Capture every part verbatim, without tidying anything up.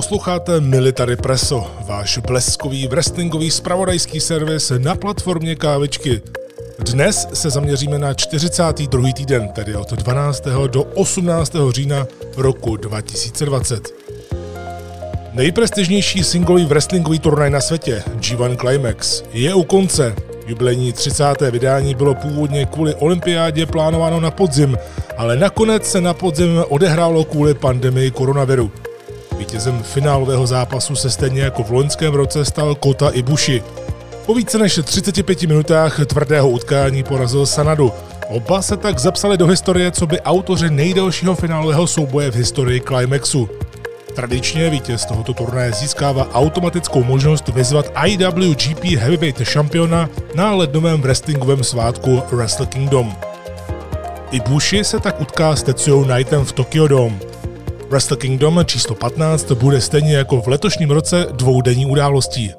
Posloucháte Military Presso, váš bleskový wrestlingový zpravodajský servis na platformě Kávičky. Dnes se zaměříme na čtyřicátý druhý týden, tedy od dvanáctého do osmnáctého října roku dva tisíce dvacet. Nejprestižnější singlový wrestlingový turnaj na světě, G jedna Climax, je u konce. Jubilejní třicáté vydání bylo původně kvůli olympiádě plánováno na podzim, ale nakonec se na podzim odehrálo kvůli pandemii koronaviru. Vítězem finálového zápasu se stejně jako v loňském roce stal Kota Ibushi. Po více než třiceti pěti minutách tvrdého utkání porazil Sanadu. Oba se tak zapsali do historie coby autoři nejdelšího finálového souboje v historii Climaxu. Tradičně vítěz tohoto turnaje získává automatickou možnost vyzvat I W G P Heavyweight šampiona na lednovém wrestlingovém svátku Wrestle Kingdom. Ibushi se tak utká s Tetsuya Naitem v Tokyo Dome. Wrestle Kingdom číslo patnáct bude stejně jako v letošním roce dvoudenní událostí.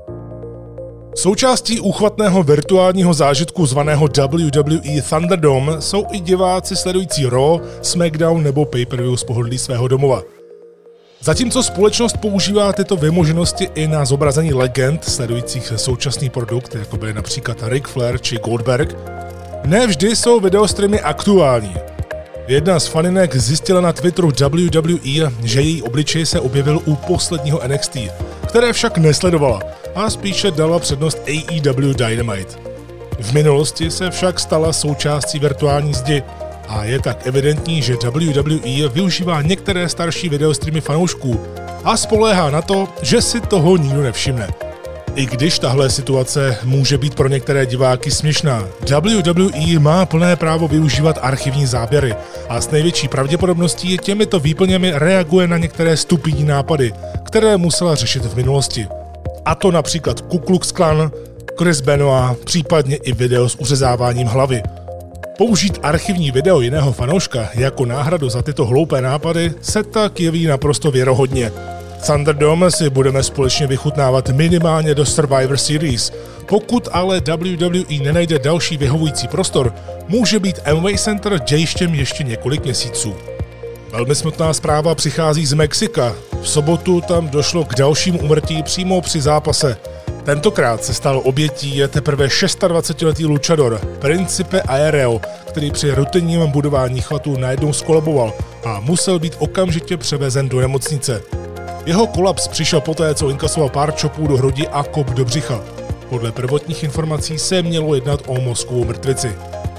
Součástí úchvatného virtuálního zážitku zvaného W W E Thunderdome jsou i diváci sledující Raw, SmackDown nebo Pay-Per-View z pohodlí svého domova. Zatímco společnost používá tyto vymoženosti i na zobrazení legend sledujících současný produkt, jako byly například Ric Flair či Goldberg, ne vždy jsou videostreamy aktuální. Jedna z faninek zjistila na Twitteru W W E, že její obličej se objevil u posledního N X T, které však nesledovala a spíše dala přednost A E W Dynamite. V minulosti se však stala součástí virtuální zdi a je tak evidentní, že W W E využívá některé starší videostreamy fanoušků a spoléhá na to, že si toho nikdo nevšimne. I když tahle situace může být pro některé diváky směšná, W W E má plné právo využívat archivní záběry a s největší pravděpodobností těmito výplněmi reaguje na některé stupidní nápady, které musela řešit v minulosti. A to například Ku Klux Klan, Chris Benoit, případně i video s uřezáváním hlavy. Použít archivní video jiného fanouška jako náhradu za tyto hloupé nápady se tak jeví naprosto věrohodně. Thunderdome si budeme společně vychutnávat minimálně do Survivor Series. Pokud ale W W E nenajde další vyhovující prostor, může být Amway Center dějištěm ještě několik měsíců. Velmi smutná zpráva přichází z Mexika. V sobotu tam došlo k dalšímu úmrtí přímo při zápase. Tentokrát se stal obětí teprve dvacetišestiletý luchador Principe Aéreo, který při rutinním budování chvatu najednou skolaboval a musel být okamžitě převezen do nemocnice. Jeho kolaps přišel poté, co inkasoval pár čopů do hrudi a kop do břicha. Podle prvotních informací se mělo jednat o mozkovou mrtvici.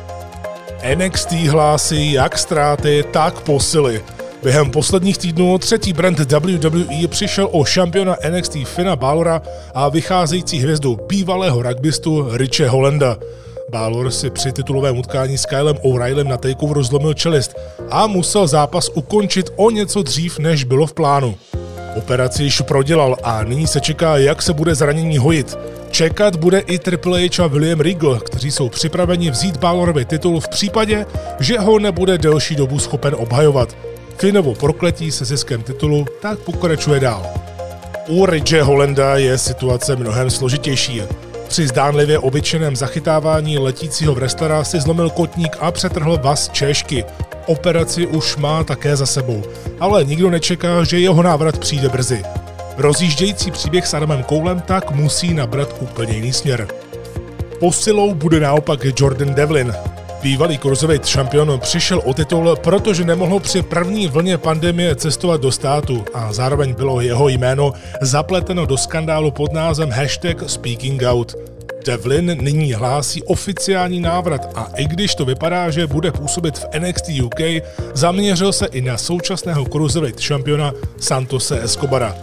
N X T hlásí jak ztráty, tak posily. Během posledních týdnů třetí brand W W E přišel o šampiona N X T Finna Balora a vycházející hvězdu bývalého rugbystu Riche Hollanda. Balor si při titulovém utkání s Kylem O'Reillym na takeoveru zlomil čelist a musel zápas ukončit o něco dřív, než bylo v plánu. Operaci již prodělal a nyní se čeká, jak se bude zranění hojit. Čekat bude i Triple H a William Regal, kteří jsou připraveni vzít Balorovi titul v případě, že ho nebude delší dobu schopen obhajovat. Finnovo prokletí se ziskem titulu tak pokračuje dál. U Riche Hollanda je situace mnohem složitější. Při zdánlivě obyčejném zachytávání letícího wrestlera si zlomil kotník a přetrhl vaz češky. Operaci už má také za sebou, ale nikdo nečeká, že jeho návrat přijde brzy. Rozjíždějící příběh s Adamem Coulem tak musí nabrat úplně jiný směr. Posilou bude naopak Jordan Devlin. Bývalý cruiserweight šampion přišel o titul, protože nemohl při první vlně pandemie cestovat do státu a zároveň bylo jeho jméno zapleteno do skandálu pod názvem hashtag Speaking Out. Devlin nyní hlásí oficiální návrat a i když to vypadá, že bude působit v N X T U K, zaměřil se i na současného cruiserweight šampiona Santose Escobara.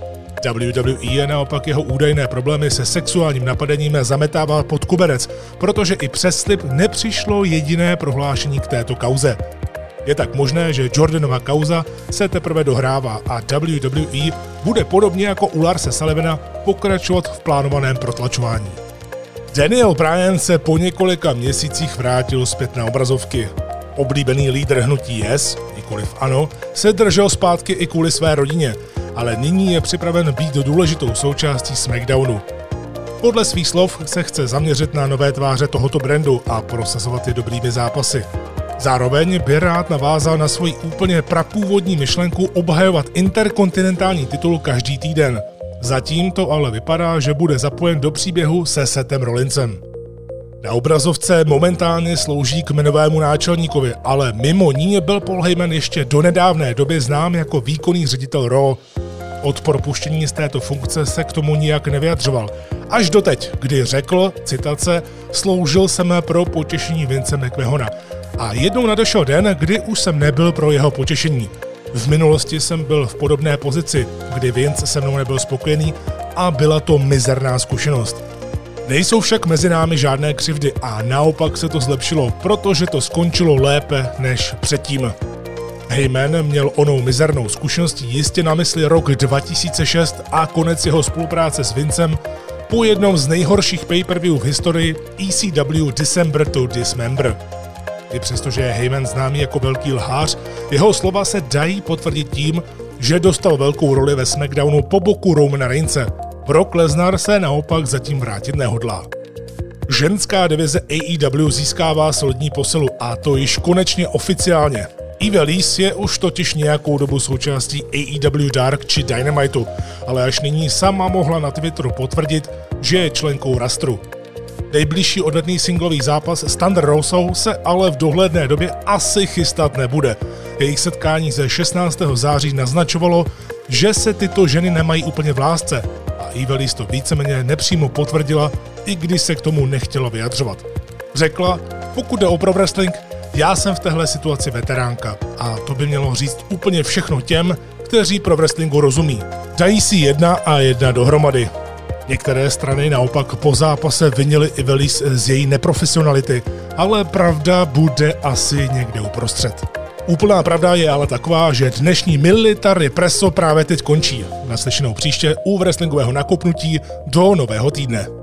W W E naopak jeho údajné problémy se sexuálním napadením zametává pod koberec, protože i přes slib nepřišlo jediné prohlášení k této kauze. Je tak možné, že Jordanova kauza se teprve dohrává a W W E bude podobně jako u Larse Sullivana pokračovat v plánovaném protlačování. Daniel Bryan se po několika měsících vrátil zpět na obrazovky. Oblíbený lídr hnutí Yes, nikoliv ANO, se držel zpátky i kvůli své rodině, ale nyní je připraven být důležitou součástí SmackDownu. Podle svých slov se chce zaměřit na nové tváře tohoto brandu a prosazovat je dobrými zápasy. Zároveň by rád navázal na svoji úplně prapůvodní myšlenku obhajovat interkontinentální titul každý týden. Zatím to ale vypadá, že bude zapojen do příběhu se Sethem Rollinsem. Na obrazovce momentálně slouží kmenovému náčelníkovi, ale mimo ní byl Paul Heyman ještě do nedávné doby znám jako výkonný ředitel Raw. Od propuštění z této funkce se k tomu nijak nevyjadřoval. Až doteď, kdy řekl, citace, sloužil jsem pro potěšení Vince McMahona. A jednou nadešel den, kdy už jsem nebyl pro jeho potěšení. V minulosti jsem byl v podobné pozici, kdy Vince se mnou nebyl spokojený a byla to mizerná zkušenost. Nejsou však mezi námi žádné křivdy a naopak se to zlepšilo, protože to skončilo lépe než předtím. Heyman měl onou mizernou zkušeností jistě na mysli rok dva tisíce šest a konec jeho spolupráce s Vincem po jednom z nejhorších pay-per-view v historii E C W December to Dismember. I přestože je Heyman známý jako velký lhář, jeho slova se dají potvrdit tím, že dostal velkou roli ve SmackDownu po boku Romana Reignse. Brock Lesnar se naopak zatím vrátit nehodlá. Ženská divize A E W získává solidní posilu a to již konečně oficiálně. Eva Lise je už totiž nějakou dobu součástí A E W Dark či Dynamitu, ale až nyní sama mohla na Twitteru potvrdit, že je členkou rastru. Nejbližší odvetný singlový zápas s Thunder Rosou se ale v dohledné době asi chystat nebude. Jejich setkání ze šestnáctého září naznačovalo, že se tyto ženy nemají úplně v lásce a Eva Lise to víceméně nepřímo potvrdila, i když se k tomu nechtěla vyjadřovat. Řekla, pokud jde o pro wrestling, já jsem v téhle situaci veteránka a to by mělo říct úplně všechno těm, kteří pro wrestlingu rozumí. Dají si jedna a jedna dohromady. Některé strany naopak po zápase vinily Eva Lise z její neprofesionality, ale pravda bude asi někde uprostřed. Úplná pravda je ale taková, že dnešní Military Presso právě teď končí. Naslyšenou příště u wrestlingového nakopnutí do nového týdne.